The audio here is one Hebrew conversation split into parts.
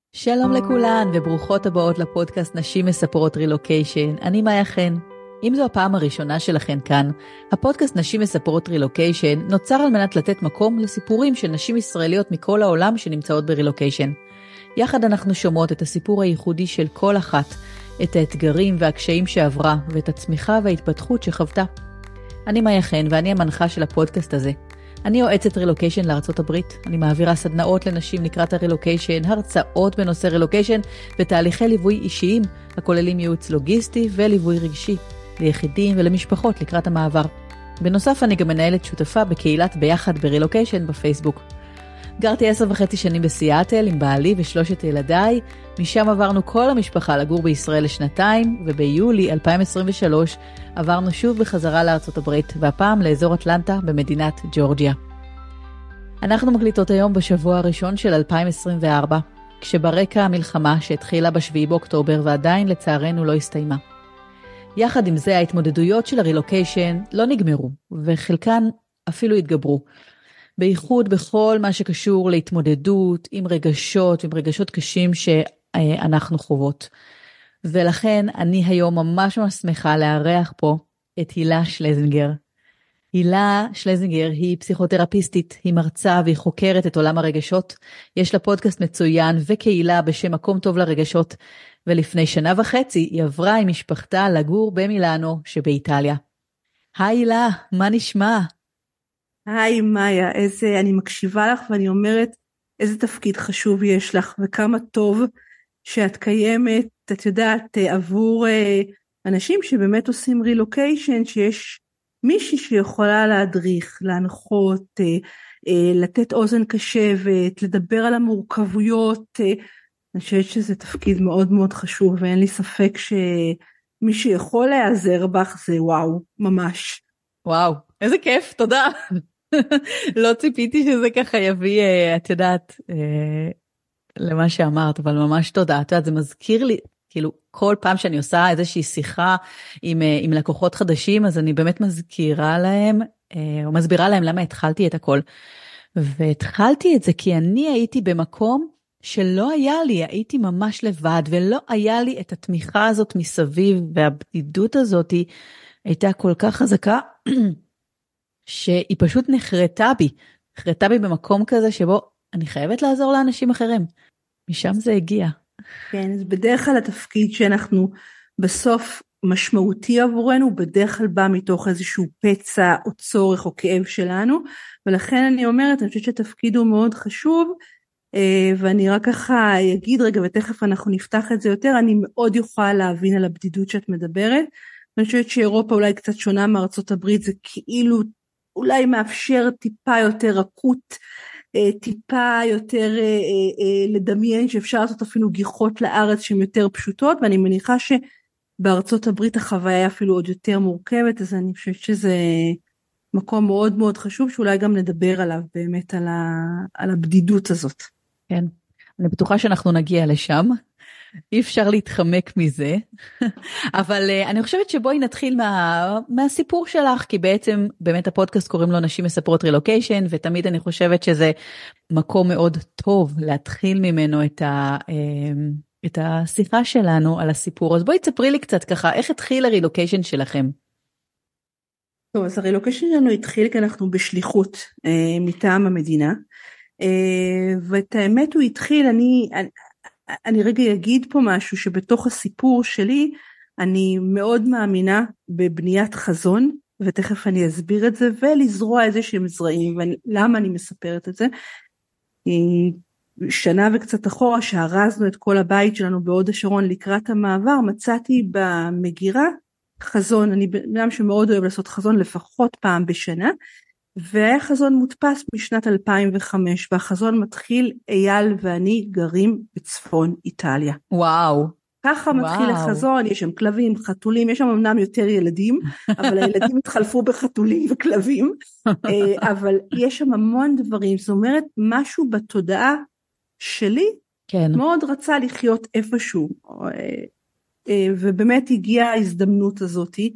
שלום לכולן וברוכות הבאות לפודקאסט נשים מספרות רילוקיישן. אני מאיה חן. אם זו הפעם הראשונה שלכן כאן, הפודקאסט נשים מספרות רילוקיישן נוצר על מנת לתת מקום לסיפורים של נשים ישראליות מכל העולם שנמצאות ברילוקיישן. יחד אנחנו שומעות את הסיפור הייחודי של כל אחת, את האתגרים והקשיים שעברה ואת הצמיחה וההתפתחות שחוותה. אני מאיה חן ואני המנחה של הפודקאסט הזה. אני יועצת רילוקיישן לארצות הברית. אני מעבירה סדנאות לנשים לקראת הרילוקיישן, הרצאות בנושא רילוקיישן ותהליכי ליווי אישיים הכוללים ייעוץ לוגיסטי וליווי רגשי ליחידים ולמשפחות לקראת המעבר. בנוסף אני גם מנהלת שותפה בקהילת ביחד ברילוקיישן בפייסבוק. גרתי 10.5 שנים בסיאטל עם בעלי ושלושת ילדיי, משם עברנו כל המשפחה לגור בישראל לשנתיים, וביולי 2023 עברנו שוב בחזרה לארצות הברית, והפעם לאזור אטלנטה במדינת ג'ורג'יה. אנחנו מקליטות היום בשבוע הראשון של 2024, כשברקע המלחמה שהתחילה ב7 באוקטובר ועדיין לצערנו לא הסתיימה. יחד עם זה ההתמודדויות של הרילוקיישן לא נגמרו, וחלקן אפילו התגברו. בייחוד בכל מה שקשור להתמודדות עם רגשות קשים שאנחנו חוות. ולכן אני היום ממש שמחה לארח פה את הילה שלזינגר. הילה שלזינגר היא פסיכותרפיסטית, היא מרצה והיא חוקרת את עולם הרגשות. יש לה פודקאסט מצוין וקהילה בשם מקום טוב לרגשות. ולפני 1.5 שנה היא עברה עם משפחתה לגור במילאנו שבאיטליה. היי הילה, מה נשמע? היי מאיה, אני מקשיבה לך ואני אומרת איזה תפקיד חשוב יש לך וכמה טוב שאת קיימת, את יודעת, עבור אנשים שבאמת עושים רילוקיישן, שיש מישהי שיכולה להדריך, להנחות, לתת אוזן קשבת, לדבר על המורכבויות. אני חושבת שזה תפקיד מאוד מאוד חשוב ואין לי ספק שמי שיכול להיעזר בך זה וואו, ממש. וואו, איזה כיף, תודה. לא ציפיתי שזה ככה יביא, את יודעת, למה שאמרת, אבל ממש תודה. את יודעת, זה מזכיר לי, כאילו, כל פעם שאני עושה איזושהי שיחה עם לקוחות חדשים, אז אני באמת מזכירה להם, או מסבירה להם למה התחלתי את הכל. והתחלתי את זה כי אני הייתי במקום שלא היה לי, הייתי ממש לבד, ולא היה לי את התמיכה הזאת מסביב, והבדידות הזאת הייתה כל כך חזקה, שהיא פשוט נחרטה בי במקום כזה שבו אני חייבת לעזור לאנשים אחרים. משם זה הגיע. כן, אז בדרך כלל התפקיד שאנחנו בסוף משמעותי עבורנו, בדרך כלל בא מתוך איזשהו פצע או צורך או כאב שלנו, ולכן אני אומרת, אני חושבת שהתפקיד הוא מאוד חשוב, ואני רק ככה אגיד רגע, ותכף אנחנו נפתח את זה יותר, אני מאוד יכולה להבין על הבדידות שאת מדברת, אני חושבת שאירופה אולי קצת שונה מארצות הברית, זה כאילו אולי מאפשר טיפה יותר רכות, טיפה יותר לדמיין שאפשר לעשות אפילו גיחות לארץ שהן יותר פשוטות, ואני מניחה שבארצות הברית החוויה אפילו עוד יותר מורכבת, אז אני חושבת שזה מקום מאוד מאוד חשוב, שאולי גם נדבר עליו באמת על הבדידות הזאת. כן, אני בטוחה שאנחנו נגיע לשם. אי אפשר להתחמק מזה, אבל אני חושבת שבואי נתחיל מהסיפור שלך, כי בעצם באמת הפודקאסט קוראים לו נשים מספרות רילוקיישן, ותמיד אני חושבת שזה מקום מאוד טוב להתחיל ממנו את השיחה שלנו על הסיפור. אז בואי תספרי לי קצת ככה, איך התחיל הרילוקיישן שלכם? טוב, אז הרילוקיישן שלנו התחיל כי אנחנו בשליחות מטעם המדינה, ואת האמת הוא התחיל, אני רגע אגיד פה משהו שבתוך הסיפור שלי, אני מאוד מאמינה בבניית חזון, ותכף אני אסביר את זה, ולזרוע איזה שהם זרעים, ולמה אני מספרת את זה? שנה וקצת אחורה, שהרזנו את כל הבית שלנו בהוד השרון לקראת המעבר, מצאתי במגירה חזון, אני בן שמאוד אוהב לעשות חזון לפחות פעם בשנה, והיה חזון מודפס משנת 2005, והחזון מתחיל, אייל ואני גרים בצפון איטליה. וואו. ככה מתחיל החזון, יש שם כלבים, חתולים, יש שם אמנם יותר ילדים, אבל הילדים התחלפו בחתולים וכלבים, אבל יש שם המון דברים, זאת אומרת, משהו בתודעה שלי, כן. מאוד רצה לחיות איפשהו, ובאמת הגיעה ההזדמנות הזאת,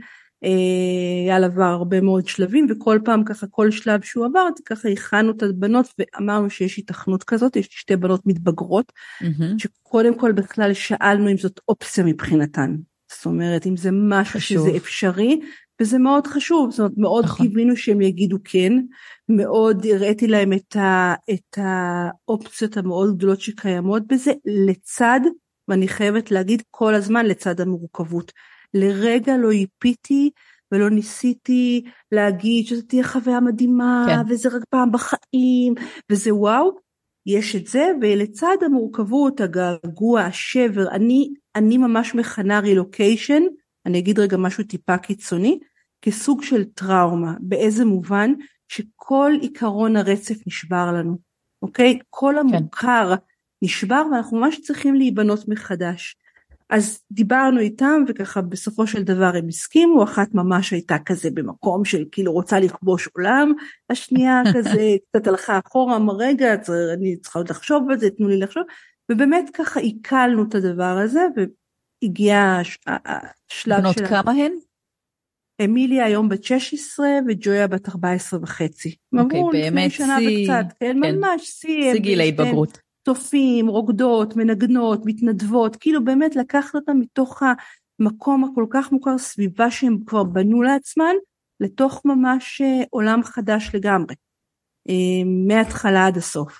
היה עבר הרבה מאוד שלבים, וכל פעם ככה, כל שלב שהוא עבר, ככה הכנו את הבנות, ואמרנו שיש התכנות כזאת, יש 2 בנות מתבגרות, שקודם כל בכלל שאלנו אם זאת אופציה מבחינתן, זאת אומרת, אם זה משהו שזה אפשרי, וזה מאוד חשוב, זאת אומרת, מאוד קיווינו שהם יגידו כן, מאוד הראיתי להם את האופציות המאוד גדולות שקיימות בזה, לצד, ואני חייבת להגיד כל הזמן, לצד המורכבות. לרגע לא ייפיתי ולא ניסיתי להגיד שזו תהיה חוויה מדהימה, כן. וזה רק פעם בחיים, וזה וואו, יש את זה, ולצד המורכבות, הגעגוע, השבר, אני ממש מכנה רילוקיישן, אני אגיד רגע משהו טיפה קיצוני, כסוג של טראומה, באיזה מובן שכל עיקרון הרצף נשבר לנו, אוקיי? כל המוכר נשבר, ואנחנו ממש צריכים להיבנות מחדש. אז דיברנו איתם, וככה בסופו של דבר הם הסכימו, אחת ממש הייתה כזה במקום של כאילו רוצה לכבוש עולם, השנייה כזה קצת הלכה אחורה, רגע, אני צריכה עוד לחשוב על זה, תנו לי לחשוב, ובאמת ככה עיכלנו את הדבר הזה, והגיע השלב בנות כמה הן? אמיליה היום בת 16 וג'ויה בת 14 וחצי. אוקיי, באמת שיא. כן, ממש שיא גיל ההתבגרות. צופים, רוקדות, מנגנות, מתנדבות, כאילו באמת לקחת אותם מתוך המקום הכל כך מוכר, סביבה שהם כבר בנו לעצמן, לתוך ממש עולם חדש לגמרי. מההתחלה עד הסוף.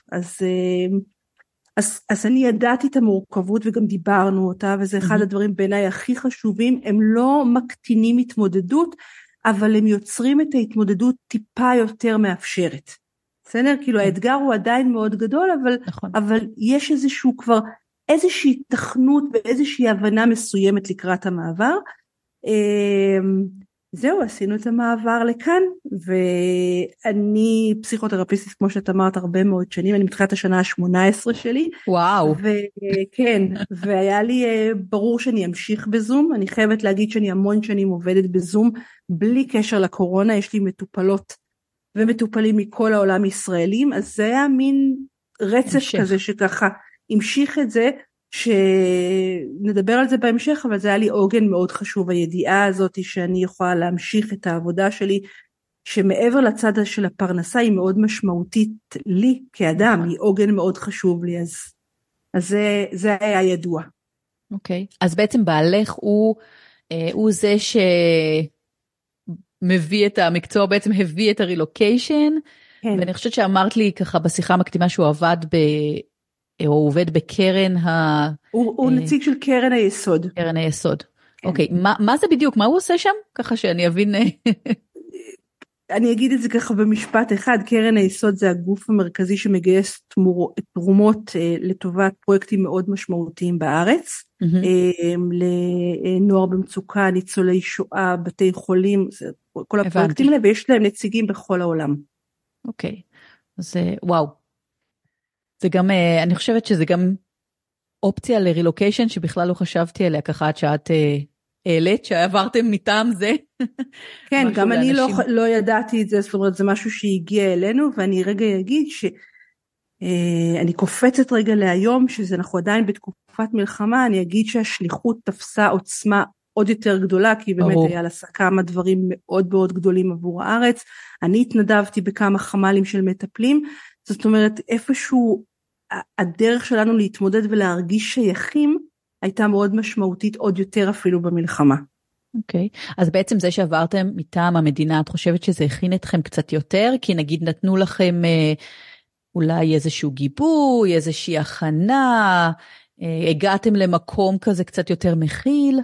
אז אני ידעתי את המורכבות וגם דיברנו אותה, וזה אחד הדברים בעיניי הכי חשובים, הם לא מקטינים התמודדות, אבל הם יוצרים את ההתמודדות טיפה יותר מאפשרת. בסדר? כאילו האתגר הוא עדיין מאוד גדול, אבל יש איזשהו כבר, איזושהי תכנות ואיזושהי הבנה מסוימת לקראת המעבר. זהו, עשינו את המעבר לכאן, ואני פסיכותרפיסטית, כמו שאת אמרת, הרבה מאוד שנים, אני מתחילת השנה ה-18 שלי. וואו. כן, והיה לי ברור שאני אמשיך בזום, אני חייבת להגיד שאני המון שנים עובדת בזום, בלי קשר לקורונה, יש לי מטופלות ומטופלים מכל העולם ישראלים, אז זה היה מין רצף כזה שככה המשיך את זה, שנדבר על זה בהמשך, אבל זה היה לי עוגן מאוד חשוב, הידיעה הזאת שאני יכולה להמשיך את העבודה שלי, שמעבר לצד של הפרנסה היא מאוד משמעותית לי כאדם, היא עוגן מאוד חשוב לי, אז זה היה ידוע. אוקיי, אז בעצם בעלך הוא זה שמביא את המקצוע, בעצם הביא את הרילוקיישן, כן. ואני חושבת שאמרת לי ככה בשיחה המקדימה שהוא עבד הוא עובד בקרן הוא נציג של קרן היסוד. קרן היסוד. כן. אוקיי, מה זה בדיוק? מה הוא עושה שם? ככה שאני אבין. אני אגיד את זה ככה במשפט אחד, קרן היסוד זה הגוף המרכזי שמגייס תרומות לטובת פרויקטים מאוד משמעותיים בארץ, לנוער במצוקה, ניצולי שואה, בתי חולים, כל הפרויקטים האלה, ויש להם נציגים בכל העולם. אוקיי, אז וואו. זה גם, אני חושבת שזה גם אופציה לרילוקיישן שבכלל לא חשבתי עליה, ככה עד שאת העלית, שעברתם מטעם זה. כן, גם אני לא ידעתי את זה, זאת אומרת, זה משהו שהגיע אלינו, ואני רגע אגיד שאני קופצת רגע להיום, אנחנו עדיין בתקופת מלחמה, אני אגיד שהשליחות תפסה עוצמה עוד יותר גדולה, כי באמת היה לה כמה דברים מאוד מאוד גדולים עבור הארץ, אני התנדבתי בכמה חמ"לים של מטפלים, זאת אומרת, איפשהו הדרך שלנו להתמודד ולהרגיש שייכים, הייתה מאוד משמעותית עוד יותר אפילו במלחמה. אוקיי, אז בעצם זה שעברתם מטעם המדינה, את חושבת שזה הכין אתכם קצת יותר? כי נגיד נתנו לכם אולי איזשהו גיבוי, איזושהי הכנה, הגעתם למקום כזה קצת יותר מכיל?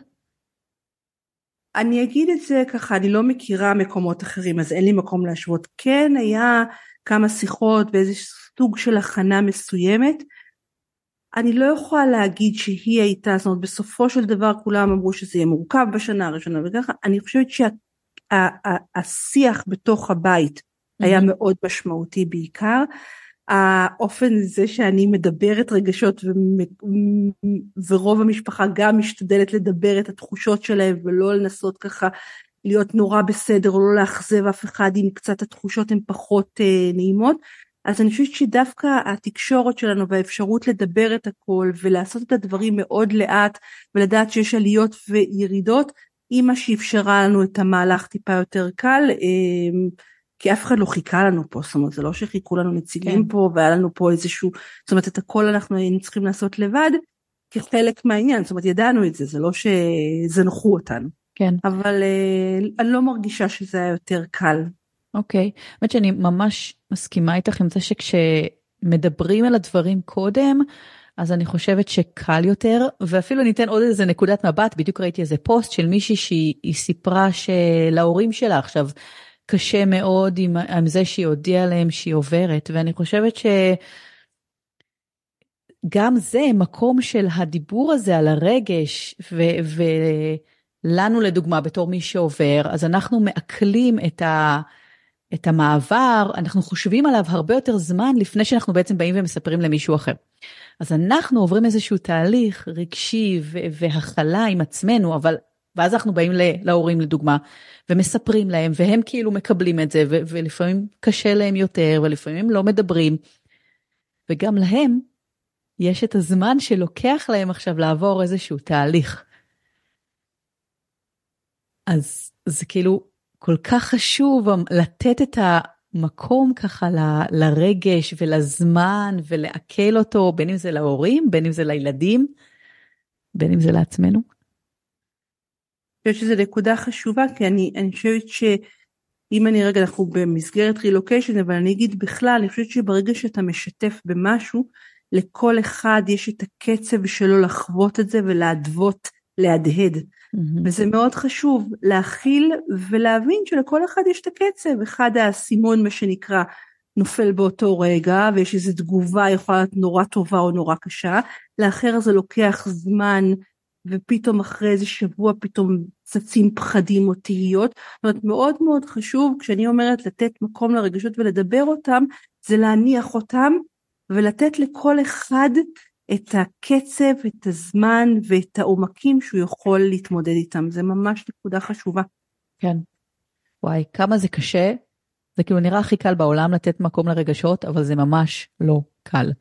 אני אגיד את זה ככה, אני לא מכירה מקומות אחרים, אז אין לי מקום להשוות. כן, היה כמה שיחות ואיזה סוג של הכנה מסוימת, אני לא יכולה להגיד שהיא הייתה, זאת אומרת בסופו של דבר כולם אמרו שזה יהיה מורכב בשנה הראשונה וככה, אני חושבת שהשיח בתוך הבית היה מאוד משמעותי בעיקר, האופן זה שאני מדברת רגשות ורוב המשפחה גם משתדלת לדבר את התחושות שלהם ולא לנסות ככה להיות נורא בסדר או לא לאכזב אף אחד אם קצת התחושות הן פחות נעימות, אז אני חושבת שדווקא התקשורת שלנו והאפשרות לדבר את הכל ולעשות את הדברים מאוד לאט ולדעת שיש עליות וירידות, אימא שאפשרה לנו את המהלך טיפה יותר קל, כי אף אחד לא חיכה לנו פה, זאת אומרת, זה לא שחיכו לנו נציגים פה, והיה לנו פה איזשהו, זאת אומרת, את הכל אנחנו היינו צריכים לעשות לבד, כחלק מהעניין, זאת אומרת, ידענו את זה, זה לא שזנחו אותנו. כן. אבל אני לא מרגישה שזה היה יותר קל. אוקיי, באמת שאני ממש מסכימה איתך עם זה שכשמדברים על הדברים קודם, אז אני חושבת שקל יותר, ואפילו ניתן עוד איזה נקודת מבט, בדיוק ראיתי איזה פוסט של מישהי שהיא סיפרה שלהורים שלה עכשיו קשה מאוד עם זה שהיא הודיעה להם שהיא עוברת, ואני חושבת שגם זה מקום של הדיבור הזה על הרגש, ולנו לדוגמה בתור מי שעובר, אז אנחנו מעכלים את המעבר, אנחנו חושבים עליו הרבה יותר זמן לפני שאנחנו בעצם באים ומספרים למישהו אחר. אז אנחנו עוברים איזשהו תהליך רגשי והכלה עם עצמנו, ואז אנחנו באים להורים לדוגמה, ומספרים להם, והם כאילו מקבלים את זה, ולפעמים קשה להם יותר, ולפעמים לא מדברים, וגם להם יש את הזמן שלוקח להם עכשיו לעבור איזשהו תהליך. אז זה כאילו כל כך חשוב לתת את המקום ככה לרגש ולזמן ולעכל אותו, בין אם זה להורים, בין אם זה לילדים, בין אם זה לעצמנו. אני חושבת שזו נקודה חשובה, כי אני חושבת שאם אנחנו במסגרת רילוקיישן, אבל אני אגיד בכלל, אני חושבת שברגע שאתה משתף במשהו, לכל אחד יש את הקצב שלו לחוות את זה ולהדהד. וזה מאוד חשוב להכיל ולהבין שלכל אחד יש את הקצב, אחד האסימון מה שנקרא נופל באותו רגע, ויש איזו תגובה יכולה להיות נורא טובה או נורא קשה, לאחר זה לוקח זמן, ופתאום אחרי איזה שבוע פתאום צצים פחדים או תהיות. זאת אומרת, מאוד מאוד חשוב, כשאני אומרת לתת מקום לרגשות ולדבר אותם, זה להניח אותם, ולתת לכל אחד את הקצב, את הזמן ואת העומקים שהוא יכול להתמודד איתם. זה ממש נקודה חשובה. כן. וואי, כמה זה קשה. זה כאילו נראה הכי קל בעולם לתת מקום לרגשות, אבל זה ממש לא קל.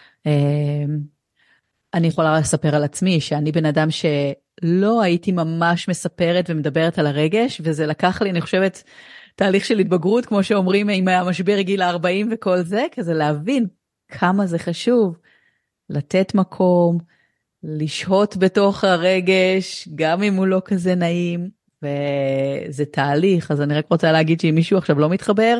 אני יכולה לספר על עצמי שאני בן אדם שלא הייתי ממש מספרת ומדברת על הרגש, וזה לקח לי, אני חושבת, תהליך של התבגרות, כמו שאומרים, עם המשבר גיל 40 וכל זה, כזה להבין כמה זה חשוב. לתת מקום, לשהות בתוך הרגש, גם אם הוא לא כזה נעים, וזה תהליך. אז אני רק רוצה להגיד שאם מישהו עכשיו לא מתחבר,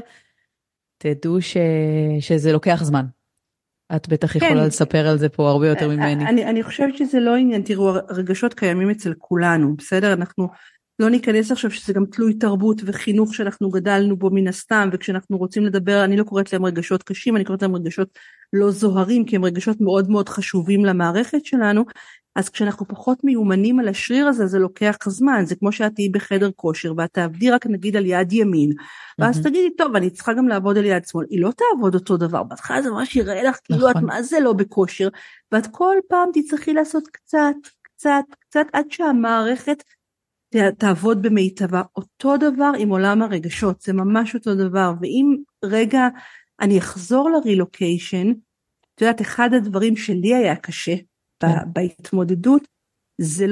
תדעו שזה לוקח זמן. את בטח יכולה לספר על זה פה הרבה יותר ממני. אני חושבת שזה לא עניין, תראו, הרגשות קיימים אצל כולנו, בסדר? אנחנו לא ניכנס עכשיו שזה גם תלוי תרבות וחינוך שאנחנו גדלנו בו מן הסתם, וכשאנחנו רוצים לדבר, אני לא קוראת להם רגשות קשים, אני קוראת להם רגשות לא זוהרים, כי הם רגשות מאוד מאוד חשובים למערכת שלנו, אז כשאנחנו פחות מיומנים על השריר הזה, זה לוקח זמן, זה כמו שאת תהיי בחדר כושר, ואת תעבדי רק נגיד על יד ימין, ואז תגידי, טוב, אני צריכה גם לעבוד על יד שמאל, היא לא תעבוד אותו דבר, בהתחלה זה ממש יראה לך, כאילו את מה זה לא בכושר, ואת כל פעם תצטרכי לעשות קצת, עד שהמערכת תעבוד במיטבה. אותו דבר עם עולם הרגשות, זה ממש אותו דבר, ואם רגע אני אחזור לרילוקיישן, את יודעת, אחד הדברים שלי היה קשה, בהתמודדות, זה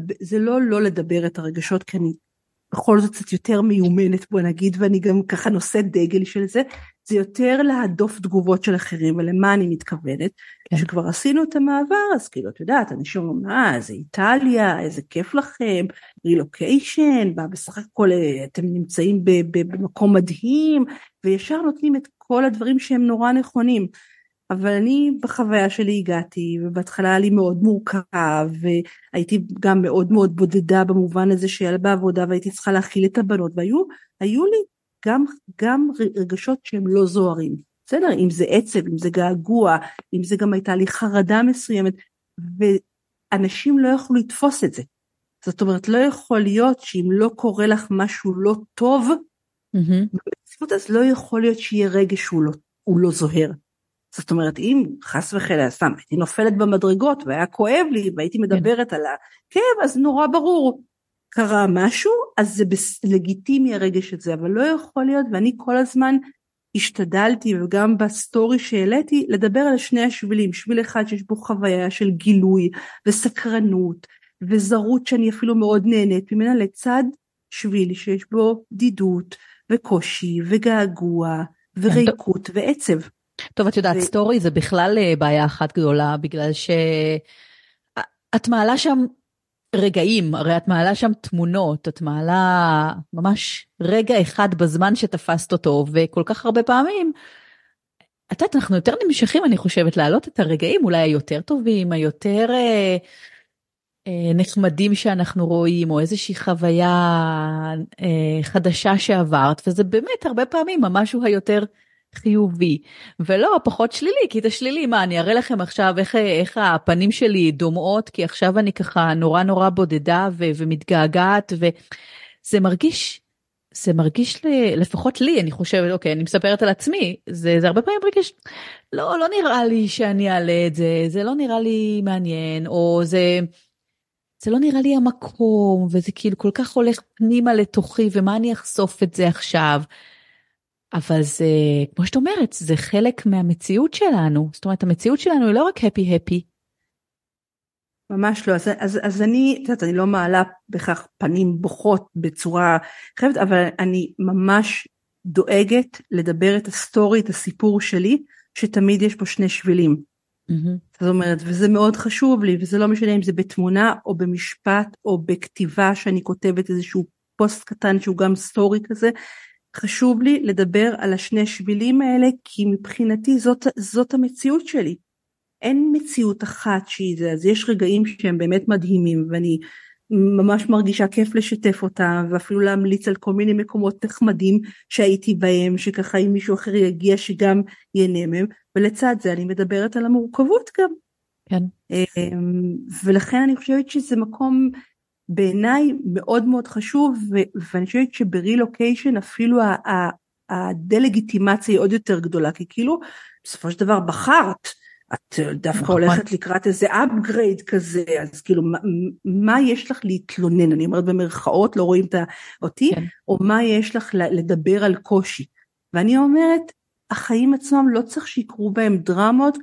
לא לדבר את הרגשות, כי אני בכל זאת קצת יותר מיומנת, בוא נגיד, ואני גם ככה נושא דגל של זה, זה יותר להדוף תגובות של אחרים, ולמה אני מתכוונת, שכבר עשינו את המעבר, אז כאילו, את יודעת, אנשים אומרים, זה איטליה, איזה כיף לכם, רילוקיישן, בסך הכל אתם נמצאים במקום מדהים, וישר נותנים את כל הדברים שהם נורא נכונים, אבל אני בחוויה שלי הגעתי, ובהתחלה היה לי מאוד מורכב, והייתי גם מאוד מאוד בודדה במובן הזה שהיה בעבודה, והייתי צריכה להכיל את הבנות, והיו לי גם רגשות שהם לא זוהרים, בסדר? אם זה עצב, אם זה געגוע, אם זה גם הייתה לי חרדה מסוימת, ואנשים לא יכלו לתפוס את זה. זאת אומרת, לא יכול להיות שאם לא קורה לך משהו לא טוב, אז לא יכול להיות שיהיה רגש שהוא לא זוהר. זאת אומרת, אם חס וחלילה, סתם, הייתי נופלת במדרגות, והיה כואב לי, והייתי מדברת על הכאב, אז נורא ברור, קרה משהו, אז זה לגיטימי הרגש את זה, אבל לא יכול להיות, ואני כל הזמן השתדלתי, וגם בסטורי שהעליתי, לדבר על שני השבילים, שביל אחד שיש בו חוויה של גילוי, וסקרנות, וזרות שאני אפילו מאוד נהנית ממנה, לצד שביל שיש בו דידות וקושי וגעגוע וריקות ועצב. טוב, את יודעת, סטורי זה בכלל בעיה אחת גדולה, בגלל שאת מעלה שם רגעים, הרי את מעלה שם תמונות, את מעלה ממש רגע אחד בזמן שתפסת אותו, וכל כך הרבה פעמים, את יודעת, אנחנו יותר נמשכים, אני חושבת, להעלות את הרגעים, אולי היותר טובים, היותר נחמדים שאנחנו רואים, או איזושהי חוויה חדשה שעברת, וזה באמת הרבה פעמים המשהו היותר חיובי, ולא פחות שלילי, כי זה שלילי, מה, אני אראה לכם עכשיו איך הפנים שלי דומעות, כי עכשיו אני ככה נורא נורא בודדה ומתגעגעת, וזה מרגיש לפחות לי, אני חושבת, אוקיי, אני מספרת על עצמי, זה הרבה פעמים מרגיש, לא נראה לי שאני אעלה את זה, זה לא נראה לי מעניין, או זה לא נראה לי המקום, וזה כאילו כל כך הולך פנימה לתוכי, ומה אני אחשוף את זה עכשיו, אבל זה, כמו שאת אומרת, זה חלק מהמציאות שלנו, זאת אומרת, המציאות שלנו היא לא רק הפי. ממש לא, אז אני לא מעלה בכך פנים בוכות בצורה חייבת, אבל אני ממש דואגת לדבר את הסטורי, את הסיפור שלי, שתמיד יש פה שני שבילים. זאת אומרת, וזה מאוד חשוב לי, וזה לא משנה אם זה בתמונה, או במשפט, או בכתיבה שאני כותבת איזשהו פוסט קטן, שהוא גם סטורי כזה, חשוב לי לדבר על השני שבילים האלה, כי מבחינתי זאת המציאות שלי. אין מציאות אחת שהיא זה, אז יש רגעים שהם באמת מדהימים, ואני ממש מרגישה כיף לשתף אותם, ואפילו להמליץ על כל מיני מקומות נחמדים שהייתי בהם, שככה אם מישהו אחר יגיע שגם ייהנה מהם, ולצד זה אני מדברת על המורכבות גם. כן. ולכן אני חושבת שזה מקום בעיניי מאוד מאוד חשוב, ואני חושבת שברילוקיישן אפילו הדלגיטימציה היא עוד יותר גדולה, כי כאילו בסופו של דבר בחרת, את דווקא הולכת לקראת איזה upgrade כזה, אז כאילו מה יש לך להתלונן, אני אומרת במרכאות, לא רואים אותי, או מה יש לך לדבר על קושי, ואני אומרת, החיים עצמם לא צריך שיקרו בהם דרמות,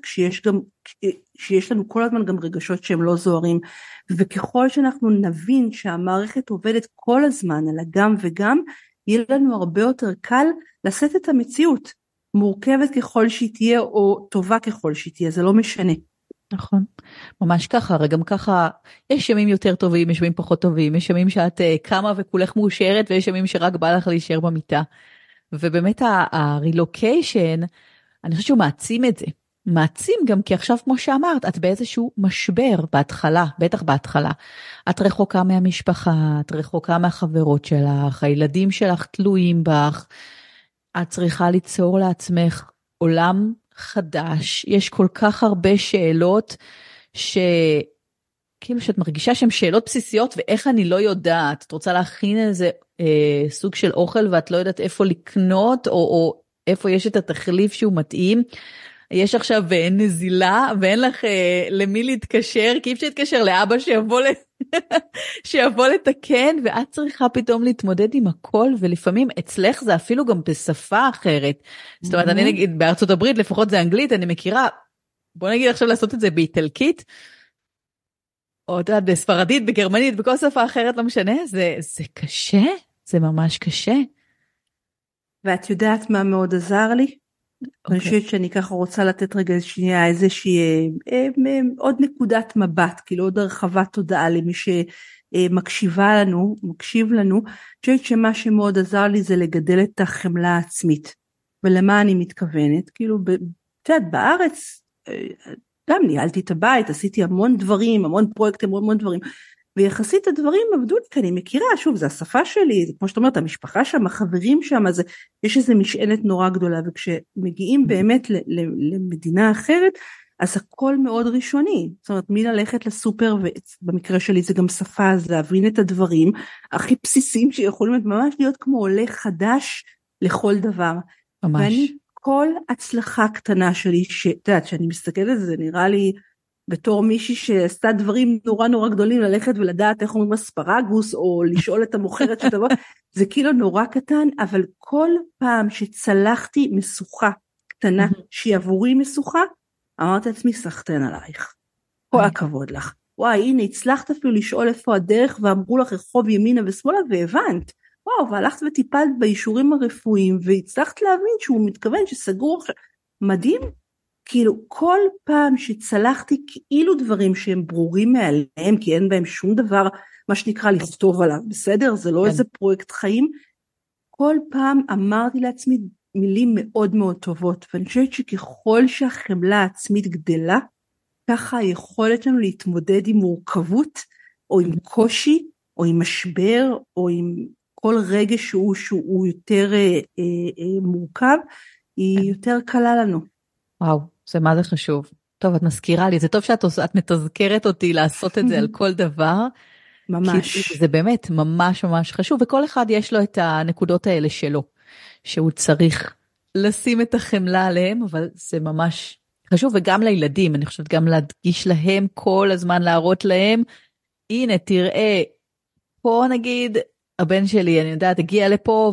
כשיש לנו כל הזמן גם רגשות שהם לא זוהרים, וככל שאנחנו נבין שהמערכת עובדת כל הזמן על הגם וגם, יהיה לנו הרבה יותר קל לשאת את המציאות, מורכבת ככל שהיא תהיה או טובה ככל שהיא תהיה, זה לא משנה. נכון, ממש ככה, הרי גם ככה, יש ימים יותר טובים, יש ימים פחות טובים, יש ימים שאת קמה וכולך מאושרת, ויש ימים שרק בא לך להישאר במיטה, ובאמת הרילוקיישן, אני חושבת שהוא מעצים את זה, מעצים גם כי עכשיו כמו שאמרת, את באיזשהו משבר בהתחלה, בטח בהתחלה, את רחוקה מהמשפחה, את רחוקה מהחברות שלך, הילדים שלך תלויים בך, את צריכה ליצור לעצמך עולם חדש, יש כל כך הרבה שאלות כאילו שאת מרגישה שהן שאלות בסיסיות ואיך אני לא יודעת, את רוצה להכין איזה סוג של אוכל ואת לא יודעת איפה לקנות או איפה יש את התחליף שהוא מתאים, יש עכשיו נזילה ואין לך למי להתקשר, כי אי אפשר להתקשר לאבא שיבוא לתקן, ואת צריכה פתאום להתמודד עם הכל, ולפעמים אצלך זה אפילו גם בשפה אחרת. זאת אומרת, אני נגיד בארצות הברית, לפחות זה אנגלית, אני מכירה, בוא נגיד עכשיו לעשות את זה באיטלקית, או אתה יודע, בספרדית, בגרמנית, בכל שפה אחרת, לא משנה, זה קשה, זה ממש קשה. ואת יודעת מה מאוד עזר לי? אני חושבת שאני ככה רוצה לתת רגע שנייה איזושהי עוד נקודת מבט, כאילו עוד הרחבת תודעה למי שמקשיבה לנו, מקשיב לנו. אני חושבת שמה שמאוד עזר לי זה לגדל את החמלה העצמית. ולמה אני מתכוונת? כאילו, את יודעת, בארץ, גם ניהלתי את הבית, עשיתי המון דברים, המון פרויקטים, המון דברים, ויחסית הדברים עבדו לי, כי אני מכירה, שוב, זה השפה שלי, זה כמו שאת אומרת, המשפחה שם, החברים שם, אז יש איזו משענת נורא גדולה, וכשמגיעים באמת למדינה אחרת, אז הכל מאוד ראשוני, זאת אומרת, מי ללכת לסופר, ובמקרה שלי זה גם שפה, אז להבין את הדברים הכי בסיסיים שיכולים ממש להיות כמו עולה חדש לכל דבר. ממש. ואני, כל הצלחה קטנה שלי, שאת יודעת, שאני מסתכלת על זה, נראה לי, בתור מישהי שעשתה דברים נורא נורא גדולים, ללכת ולדעת איך אומרים אספרגוס, או לשאול את המוכרת שתבוא, זה כאילו נורא קטן, אבל כל פעם שצלחתי משוכה קטנה, שהיא עבורי משוכה, אמרתי לעצמי, סחתן עלייך, כל הכבוד לך. וואי, הנה, הצלחת אפילו לשאול איפה הדרך, ואמרו לך רחוב ימינה ושמאלה, והבנת. וואו, והלכת וטיפלת באישורים הרפואיים, והצלחת להבין שהוא מתכוון שסגור עכשיו. מדהים, כאילו כל פעם שצלחתי כאילו דברים שהם ברורים מעליהם, כי אין בהם שום דבר, מה שנקרא לכתוב עליו, בסדר? זה לא איזה פרויקט חיים. כל פעם אמרתי לעצמי מילים מאוד מאוד טובות, ואני חושבת שככל שהחמלה העצמית גדלה, ככה היכולת לנו להתמודד עם מורכבות, או עם קושי, או עם משבר, או עם כל רגע שהוא יותר מורכב, היא יותר קלה לנו. וואו, זה מה זה חשוב. טוב, את מזכירה לי, זה טוב שאת מתזכרת אותי לעשות את זה על כל דבר. ממש. כי זה באמת ממש ממש חשוב, וכל אחד יש לו את הנקודות האלה שלו, שהוא צריך לשים את החמלה עליהם, אבל זה ממש חשוב, וגם לילדים, אני חושבת גם להדגיש להם כל הזמן, להראות להם, הנה תראה, פה נגיד, הבן שלי, אני יודעת, הגיע לפה,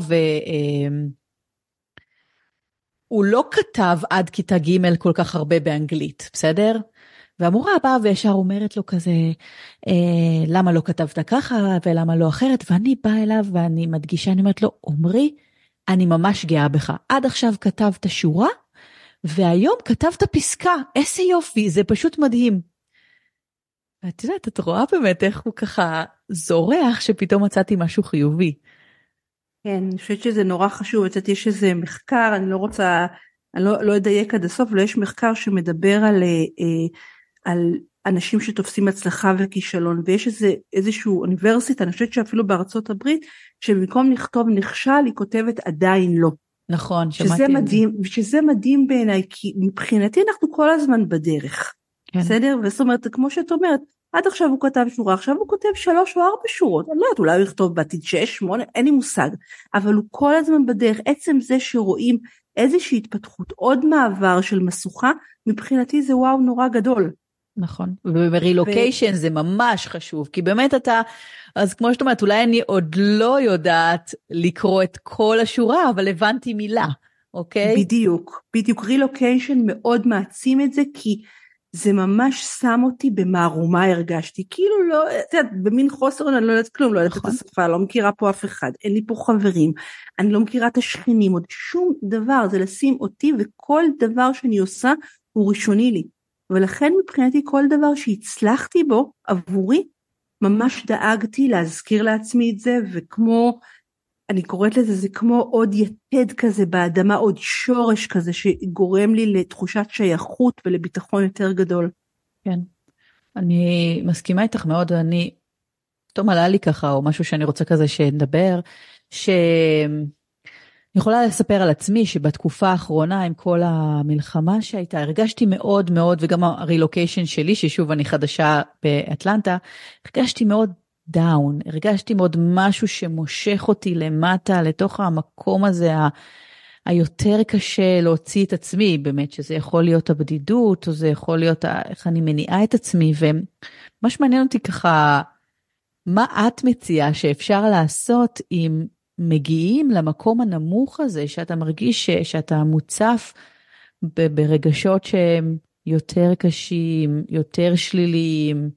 הוא לא כתב עד כיתה ג' כל כך הרבה באנגלית, בסדר? והמורה הבאה וישר אומרת לו כזה, למה לא כתבת ככה ולמה לא אחרת, ואני באה אליו ואני מדגישה, אני אומרת לו, עומרי, אני ממש גאה בך, עד עכשיו כתבת שורה, והיום כתבת פסקה, איזה יופי, זה פשוט מדהים. ואת יודעת, את רואה באמת איך הוא ככה זורח שפתאום מצאתי משהו חיובי. כן, אני חושבת שזה נורא חשוב, את יודעת, יש איזה מחקר, אני לא רוצה, אני לא אדייק עד הסוף, אבל יש מחקר שמדבר על אנשים שתופסים הצלחה וכישלון, ויש איזשהו אוניברסיטה, אני חושבת שאפילו בארצות הברית, שבמקום לכתוב נכשל, היא כותבת עדיין לא. נכון, שזה מדהים, ושזה מדהים בעיניי, כי מבחינתי אנחנו כל הזמן בדרך, כן. בסדר? וזאת אומרת, כמו שאת אומרת, עד עכשיו הוא כתב שורה, עכשיו הוא כותב 3 או 4 שורות, אני לא יודעת, אולי הוא יכתוב בעתיד 6, 8, אין לי מושג, אבל הוא כל הזמן בדרך, עצם זה שרואים איזושהי התפתחות, עוד מעבר של משוכה, מבחינתי זה וואו נורא גדול. נכון, וברילוקיישן זה ממש חשוב, כי באמת אתה, אז כמו שאת אומרת, אולי אני עוד לא יודעת לקרוא את כל השורה, אבל הבנתי מילה, אוקיי? בדיוק, רילוקיישן מאוד מעצים את זה, כי זה ממש שם אותי במערומה הרגשתי, כאילו לא, את יודעת, במין חוסר, אני לא יודעת כלום, לא יודעת את השפה, לא מכירה פה אף אחד, אין לי פה חברים, אני לא מכירה את השכנים, עוד שום דבר, זה לשים אותי, וכל דבר שאני עושה הוא ראשוני לי, ולכן מבחינתי כל דבר שהצלחתי בו עבורי, ממש דאגתי להזכיר לעצמי את זה, וכמו, אני קוראת לזה, זה כמו עוד יתד כזה באדמה, עוד שורש כזה שגורם לי לתחושת שייכות ולביטחון יותר גדול. כן, אני מסכימה איתך מאוד, ואני, פתאום עלה לי ככה, או משהו שאני רוצה כזה שנדבר, אני יכולה לספר על עצמי שבתקופה האחרונה עם כל המלחמה שהייתה, הרגשתי מאוד מאוד, וגם הרילוקיישן שלי, ששוב אני חדשה באטלנטה, הרגשתי מאוד דאון, הרגשתי מאוד משהו שמושך אותי למטה, לתוך המקום הזה היותר קשה להוציא את עצמי, באמת שזה יכול להיות הבדידות, או זה יכול להיות איך אני מניעה את עצמי, ומה שמעניין אותי ככה, מה את מציעה שאפשר לעשות אם מגיעים למקום הנמוך הזה, שאתה מרגיש שאתה מוצף ברגשות שהם יותר קשים, יותר שליליים,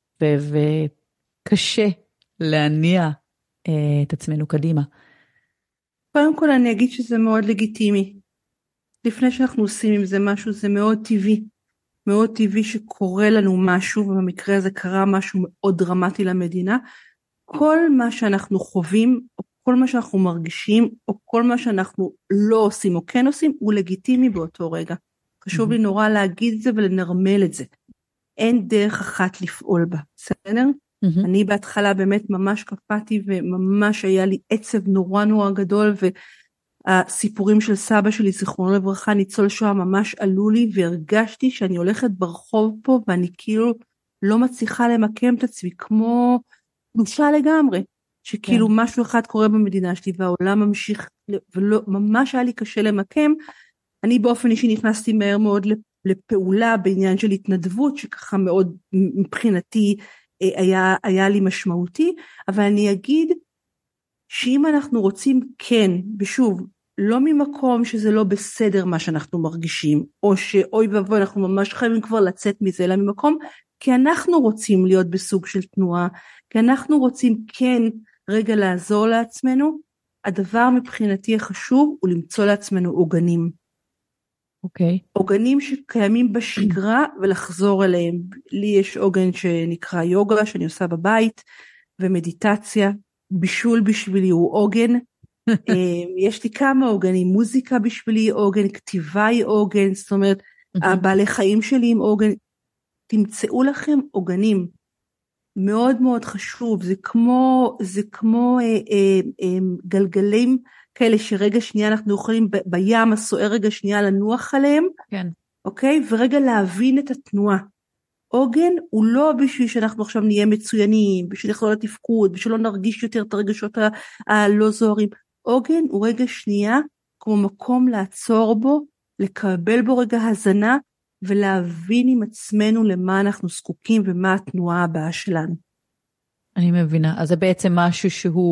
וקשה להניע את עצמנו קדימה. קודם כל אני אגיד שזה מאוד לגיטימי. לפני שאנחנו עושים עם זה משהו, זה מאוד טבעי. מאוד טבעי שקורה לנו משהו, ובמקרה הזה קרה משהו מאוד דרמטי למדינה. כל מה שאנחנו חווים, או כל מה שאנחנו מרגישים, או כל מה שאנחנו לא עושים או כן עושים, הוא לגיטימי באותו רגע. חשוב לי נורא להגיד את זה ולנרמל את זה. אין דרך אחת לפעול בה, בסדר? אני בהתחלה באמת ממש קפאתי, וממש היה לי עצב נורא נורא גדול, והסיפורים של סבא שלי, זיכרונו לברכה, ניצול שואה, ממש עלו לי, והרגשתי שאני הולכת ברחוב פה, ואני כאילו לא מצליחה למקם את עצמי, כמו נושה לגמרי, שכאילו משהו אחד קורה במדינה שלי, והעולם ממשיך, וממש היה לי קשה למקם. אני באופן אישי נכנסתי מהר מאוד לפעולה, בעניין של התנדבות, שככה מאוד מבחינתי, היה לי משמעותי, אבל אני אגיד שאם אנחנו רוצים כן, ושוב, לא ממקום שזה לא בסדר מה שאנחנו מרגישים, או שאוי ואבוי אנחנו ממש חייבים כבר לצאת מזה, אלא ממקום כי אנחנו רוצים להיות בסוג של תנועה, כי אנחנו רוצים כן רגע לעזור לעצמנו, הדבר מבחינתי החשוב הוא למצוא לעצמנו עוגנים. אוקיי. עוגנים שקיימים בשגרה ולחזור אליהם. לי יש עוגן שנקרא יוגה שאני עושה בבית, ומדיטציה, בישול בשבילי הוא עוגן. יש לי כמה עוגנים, מוזיקה בשבילי עוגן, כתיבה היא עוגן, זאת אומרת, הבעלי חיים שלי עם עוגן. תמצאו לכם עוגנים. מאוד מאוד חשוב, זה כמו גלגלים כאלה שרגע שנייה אנחנו יכולים בים הסוער רגע שנייה לנוח עליהם, כן. אוקיי? ורגע להבין את התנועה. עוגן הוא לא בשביל שאנחנו עכשיו נהיה מצוינים, בשביל לחזור לתפקוד, בשביל לא נרגיש יותר את הרגשות הלא זוהרים. עוגן הוא רגע שנייה כמו מקום לעצור בו, לקבל בו רגע הזנה, ולהבין עם עצמנו למה אנחנו זקוקים ומה התנועה הבאה שלנו. אני מבינה. אז זה בעצם משהו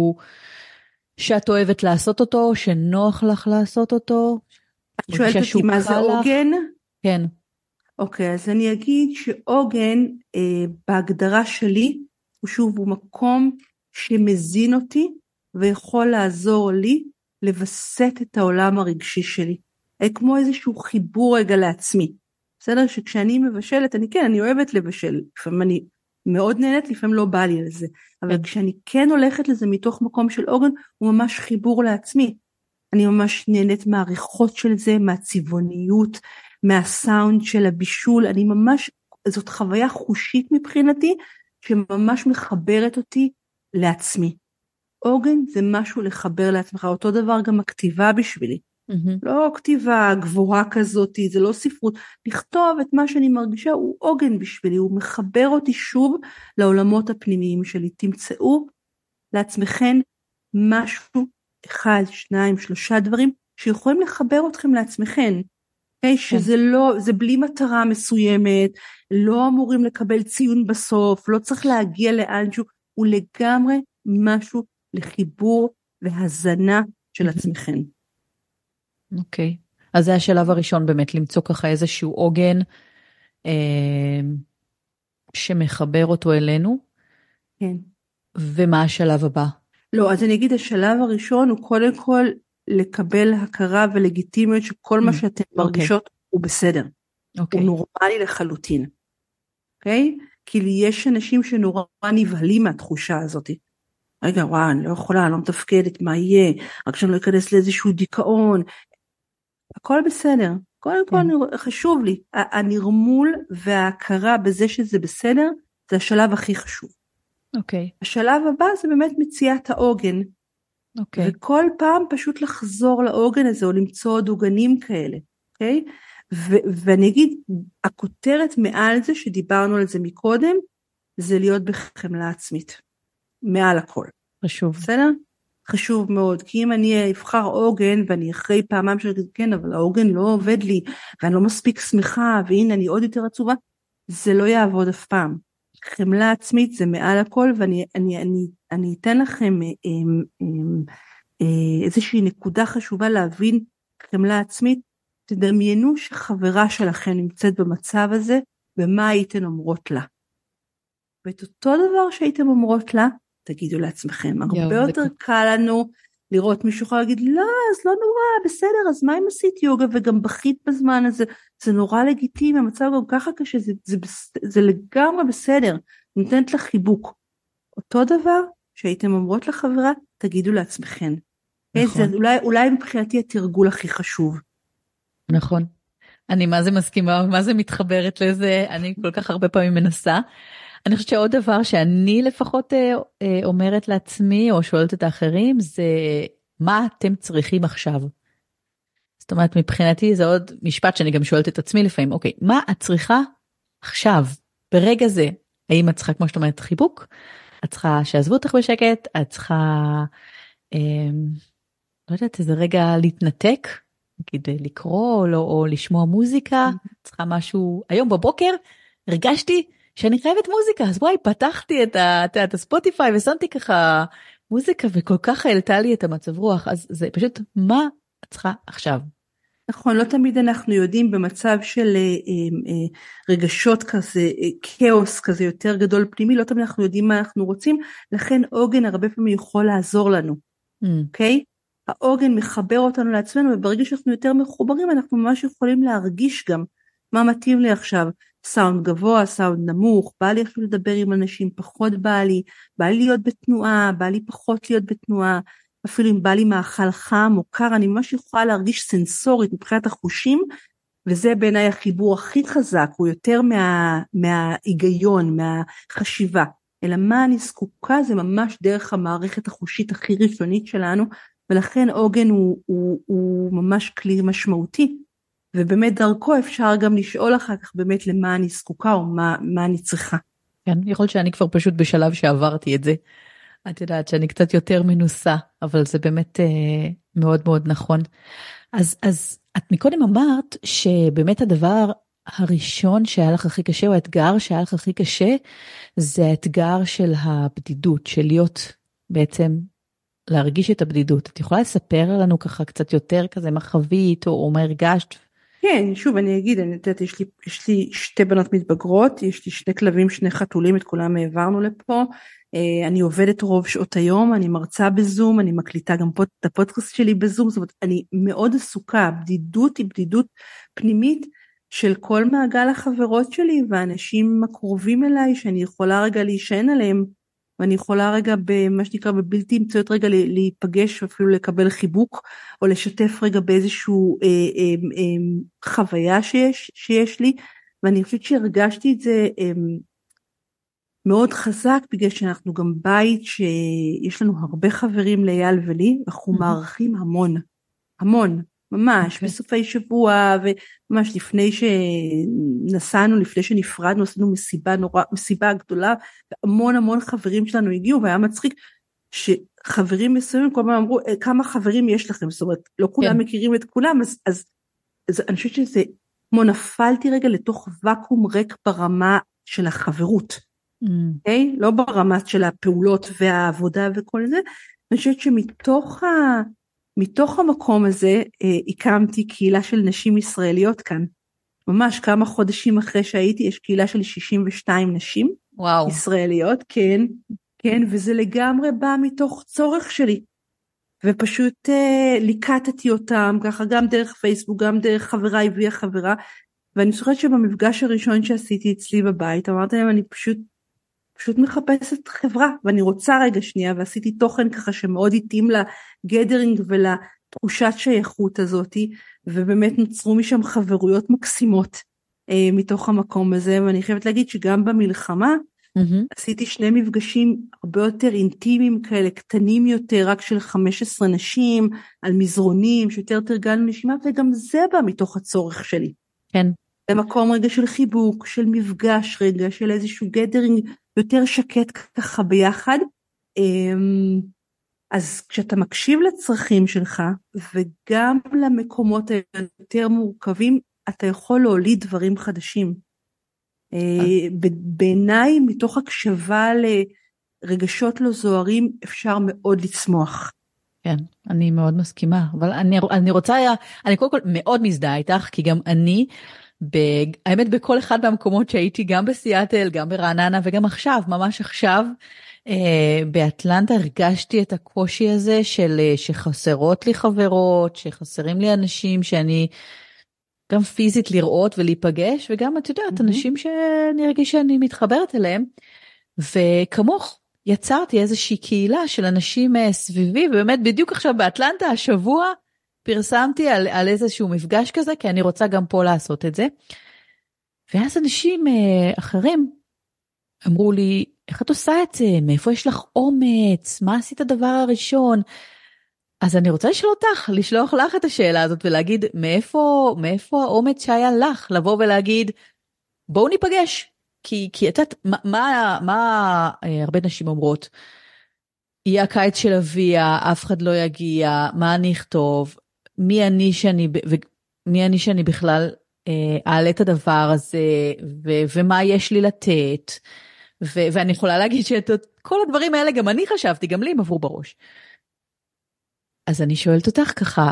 שאת אוהבת לעשות אותו, שנוח לך לעשות אותו? את שואלת אותי מה זה עוגן? כן. אוקיי, אז אני אגיד שעוגן בהגדרה שלי, הוא מקום שמזין אותי ויכול לעזור לי לבסט את העולם הרגשי שלי. כמו איזשהו חיבור רגע לעצמי. בסדר? שכשאני מבשלת, אני אוהבת לבשל, לפעמים אני מאוד נהנית, לפעמים לא בא לי על זה, אבל כשאני כן הולכת לזה מתוך מקום של עוגן, הוא ממש חיבור לעצמי, אני ממש נהנית מהריחות של זה, מהצבעוניות, מהסאונד של הבישול, זאת חוויה חושית מבחינתי, שממש מחברת אותי לעצמי. עוגן זה משהו לחבר לעצמך, אותו דבר גם הכתיבה בשבילי, לא כתיבה גבוהה כזאת, זה לא ספרות, לכתוב את מה שאני מרגישה הוא עוגן בשבילי, הוא מחבר אותי שוב לעולמות הפנימיים שלי. תמצאו לעצמכם משהו, 1, 2, 3 דברים שיכולים לחבר אתכם לעצמכם, okay? שזה לא, זה בלי מטרה מסוימת, לא אמורים לקבל ציון בסוף, לא צריך להגיע לאנשהו, הוא לגמרי משהו לחיבור והזנה של עצמכם. אוקיי, אז זה השלב הראשון באמת, למצוא ככה איזשהו עוגן שמחבר אותו אלינו. כן. ומה השלב הבא? לא, אז אני אגיד, השלב הראשון הוא קודם כל לקבל הכרה ולגיטימיות שכל מה שאתן מרגישות הוא בסדר. הוא נורמלי לחלוטין. אוקיי? כי יש אנשים שנורא נבהלים מהתחושה הזאת. רגע, וואי, אני לא יכולה, אני לא מתפקדת, מה יהיה? רק שאני לא אכנס לאיזשהו דיכאון. הכל בסדר. קודם כל חשוב לי. הנרמול וההכרה בזה שזה בסדר, זה השלב הכי חשוב. אוקיי. השלב הבא זה באמת מציאת העוגן. אוקיי. וכל פעם פשוט לחזור לעוגן הזה, או למצוא עוד עוגנים כאלה. אוקיי? ואני אגיד, הכותרת מעל זה, שדיברנו על זה מקודם, זה להיות בחמלה עצמית. מעל הכל. חשוב. בסדר? חשוב מאוד, כי אם אני אבחר עוגן, ואני אחרי פעמם של כן, אבל העוגן לא עובד לי, ואני לא מספיק שמחה, והנה אני עוד יותר עצובה, זה לא יעבוד אף פעם. חמלה עצמית זה מעל הכל, ואני אתן לכם איזושהי נקודה חשובה להבין חמלה עצמית. תדמיינו שחברה שלכם נמצאת במצב הזה, ומה הייתן אומרות לה. ואת אותו דבר שהייתם אומרות לה, תגידו לעצמכם, הרבה יותר קל לנו לראות מישהו יכול להגיד, לא, אז לא נורא, בסדר, אז מה אם עשית יוגה וגם בכית בזמן הזה, זה נורא לגיטימי, המצב גם ככה קשה, זה לגמרי בסדר, נותנת לך חיבוק. אותו דבר שהייתם אומרות לחברה, תגידו לעצמכם. נכון. זה אולי מבחינתי התרגול הכי חשוב. נכון. אני מה זה מסכימה, מה זה מתחברת לזה, אני כל כך הרבה פעמים מנסה. אני חושבת שעוד דבר שאני לפחות אומרת לעצמי, או שואלת את האחרים, זה מה אתם צריכים עכשיו? זאת אומרת, מבחינתי זה עוד משפט שאני גם שואלת את עצמי לפעמים, אוקיי, מה את צריכה עכשיו, ברגע זה? האם את צריכה, כמו שאת אומרת, חיבוק? את צריכה שעזבו אותך בשקט? את צריכה, לא יודעת, איזה רגע להתנתק? נגיד לקרוא או לשמוע מוזיקה? צריכה משהו, היום בבוקר הרגשתי, שאני חייבת מוזיקה, אז וואי, פתחתי את הספוטיפיי ושמתי ככה מוזיקה, וכל כך העלתה לי את המצב רוח, אז זה פשוט מה את צריכה עכשיו. נכון, לא תמיד אנחנו יודעים במצב של רגשות כזה, כאוס כזה יותר גדול פנימי, לא תמיד אנחנו יודעים מה אנחנו רוצים, לכן עוגן הרבה פעמים יכול לעזור לנו, אוקיי? העוגן מחבר אותנו לעצמנו, וברגע שאנחנו יותר מחוברים, אנחנו ממש יכולים להרגיש גם מה מתאים לי עכשיו, סאונד גבוה, סאונד נמוך, בא לי עכשיו לדבר עם אנשים, פחות בא לי להיות בתנועה, בא לי פחות להיות בתנועה, אפילו אם בא לי מאכל חם או קר, אני ממש יכולה להרגיש סנסורית מבחינת החושים, וזה בעיניי החיבור הכי חזק, הוא יותר מההיגיון, מהחשיבה, אלא מה אני זקוקה, זה ממש דרך המערכת החושית הכי ראשונית שלנו, ולכן עוגן הוא ממש כלי משמעותי, ובאמת דרכו אפשר גם לשאול אחר כך באמת למה אני זקוקה, או מה אני צריכה. כן, יכול להיות שאני כבר פשוט בשלב שעברתי את זה. את יודעת שאני קצת יותר מנוסה, אבל זה באמת מאוד מאוד נכון. אז את מקודם אמרת שבאמת הדבר הראשון שהיה לך הכי קשה, או האתגר שהיה לך הכי קשה, זה האתגר של הבדידות, של להיות בעצם, להרגיש את הבדידות. את יכולה לספר לנו ככה קצת יותר כזה מה חווית, או מה הרגשת? כן, שוב אני אגיד, אני יודעת, יש לי שתי בנות מתבגרות, יש לי שני כלבים, שני חתולים, את כולם העברנו לפה, אני עובדת רוב שעות היום, אני מרצה בזום, אני מקליטה גם את הפודקאסט שלי בזום, זאת אומרת, אני מאוד עסוקה, הבדידות היא בדידות פנימית של כל מעגל החברות שלי, והאנשים הקרובים אליי, שאני יכולה רגע להישען עליהם, ואני יכולה רגע במה שנקרא בבלתי אמצעיות רגע להיפגש, אפילו לקבל חיבוק, או לשתף רגע באיזשהו חוויה שיש לי, ואני חושבת שהרגשתי את זה מאוד חזק, בגלל שאנחנו גם בית שיש לנו הרבה חברים לאייל ולי, אנחנו מערכים המון, ממש, בסופי שבוע, וממש לפני שנסענו, לפני שנפרדנו, עשינו מסיבה גדולה, והמון המון חברים שלנו הגיעו, והיה מצחיק שחברים מסוימים כל פעם אמרו, כמה חברים יש לכם? זאת אומרת, לא כולם מכירים את כולם, אז אני חושבת שזה, כמו נפלתי רגע לתוך וקום ריק ברמה של החברות, אוקיי? לא ברמה של הפעולות והעבודה וכל זה, אני חושבת מתוך המקום הזה הקמתי קהילה של נשים ישראליות כאן, ממש כמה חודשים אחרי שהייתי, יש קהילה של 62 נשים ישראליות, כן, וזה לגמרי בא מתוך צורך שלי, ופשוט ליקטתי אותם, ככה גם דרך פייסבוק, גם דרך חברה הביאה חברה, ואני זוכרת שבמפגש הראשון שעשיתי אצלי בבית, אמרתי להם, אני פשוט מחפשת חברה, ואני רוצה רגע שנייה, ועשיתי תוכן ככה שמאוד התאים לגדרינג ולתחושת שייכות הזאת, ובאמת נוצרו משם חברויות מקסימות מתוך המקום הזה, ואני חייבת להגיד שגם במלחמה, עשיתי שני מפגשים הרבה יותר אינטימיים כאלה, קטנים יותר, רק של 15 נשים, על מזרונים, שיותר תרגלנו נשימה, וגם זה בא מתוך הצורך שלי. כן. במקום רגע של חיבוק, של מפגש רגע, של איזשהו גדרינג יותר שקט ככה ביחד, אז כשאתה מקשיב לצרכים שלך, וגם למקומות היותר מורכבים, אתה יכול להוליד דברים חדשים. בעיניי, מתוך הקשבה לרגשות לא זוהרים, אפשר מאוד לצמוח. כן, אני מאוד מסכימה, אבל אני רוצה, אני קודם כל מאוד מזדהה איתך, כי גם אני, האמת בכל אחד מהמקומות שהייתי, גם בסיאטל, גם ברעננה, וגם עכשיו, ממש עכשיו, באטלנטה הרגשתי את הקושי הזה של שחסרות לי חברות, שחסרים לי אנשים שאני גם פיזית לראות ולהיפגש, וגם את יודעת, אנשים שאני ארגיש שאני מתחברת אליהם, וכמוך יצרתי איזושהי קהילה של אנשים סביבי, ובאמת בדיוק עכשיו באטלנטה השבוע פרסמתי על איזשהו מפגש כזה, כי אני רוצה גם פה לעשות את זה, ואז אנשים אחרים אמרו לי, איך את עושה את זה? מאיפה יש לך אומץ? מה עשית הדבר הראשון? אז אני רוצה לשלוח לך את השאלה הזאת ולהגיד, מאיפה האומץ שהיה לך לבוא ולהגיד, בואו ניפגש. כי את יודעת, מה הרבה נשים אומרות? יהיה הקיץ של אביה, אף אחד לא יגיע, מה אני אכתוב? מי אני שאני בכלל אעלה את הדבר הזה, ומה יש לי לתת? ואני יכולה להגיד שאת כל הדברים האלה גם אני חשבתי, גם לי הם עברו בראש. אז אני שואלת אותך ככה,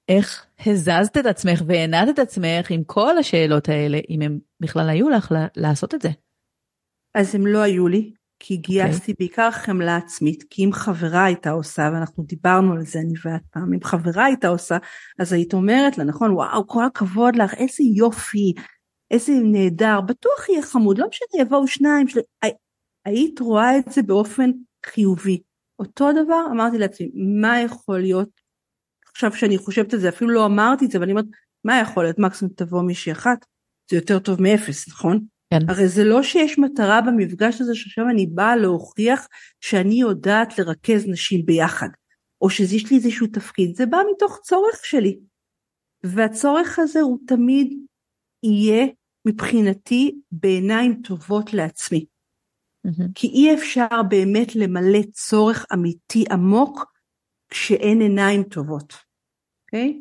איך הזזת את עצמך והנעת את עצמך עם כל השאלות האלה, אם הם בכלל היו לך לעשות את זה? אז הם לא היו לי, כי גייסתי בעיקר חמלה עצמית, כי אם חברה הייתה עושה, ואנחנו דיברנו על זה אני ואת פעם, אם חברה הייתה עושה, אז היית אומרת לה, נכון, וואו, כל הכבוד לך, איזה יופי, איזה נהדר, בטוח יהיה חמוד, לא משנה, יבואו שניים, היית רואה את זה באופן חיובי. אותו דבר אמרתי לעצמי, מה יכול להיות, עכשיו שאני חושבת את זה, אפילו לא אמרתי את זה, אבל אני אומרת, מה יכול להיות, מקסימום תבוא מישהי אחת, זה יותר טוב מאפס, נכון? כן. הרי זה לא שיש מטרה במפגש הזה, שעכשיו אני באה להוכיח, שאני יודעת לרכז נשים ביחד, או שיש לי איזשהו תפקיד, זה בא מתוך צורך שלי, והצורך הזה הוא תמיד יהיה מבחינתי בעיניים טובות לעצמי, כי אי אפשר באמת למלא צורך אמיתי עמוק, כשאין עיניים טובות, אוקיי?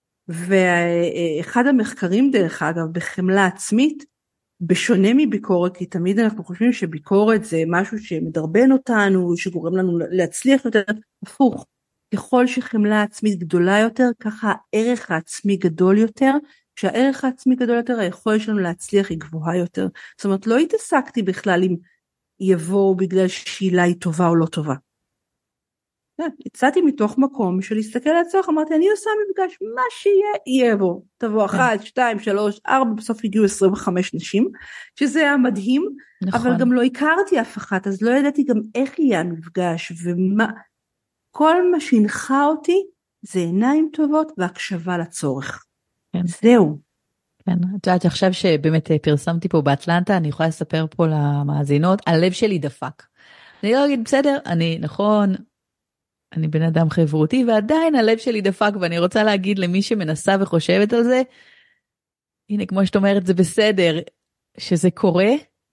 ואחד המחקרים דרך אגב בחמלה עצמית, בשונה מביקורת, כי תמיד אנחנו חושבים שביקורת זה משהו שמדרבן אותנו, שגורם לנו להצליח יותר, הפוך, ככל שחמלה עצמית גדולה יותר, ככה הערך העצמי גדול יותר, כשהערך העצמי גדול יותר, היכולת שלנו להצליח היא גבוהה יותר, זאת אומרת לא התעסקתי בכלל אם יבואו בגלל שאלה היא טובה או לא טובה, יצאתי מתוך מקום של להסתכל על הצורך, אמרתי אני עושה מפגש, מה שיהיה יהיה בו, תבוא 1, 2, 3, 4, בסוף הגיעו 25 נשים, שזה היה מדהים, אבל גם לא הכרתי אף אחת, אז לא ידעתי גם איך יהיה המפגש, ומה, כל מה שהנחה אותי, זה עיניים טובות והקשבה לצורך, זהו. כן, את יודעת עכשיו שבאמת פרסמתי פה באטלנטה, אני יכולה לספר פה למאזינות, הלב שלי דפק. אני לא אגיד בסדר, אני בן אדם חברותי, ועדיין הלב שלי דפק, ואני רוצה להגיד למי שמנסה וחושבת על זה, הנה, כמו שאת אומרת, זה בסדר, שזה קורה,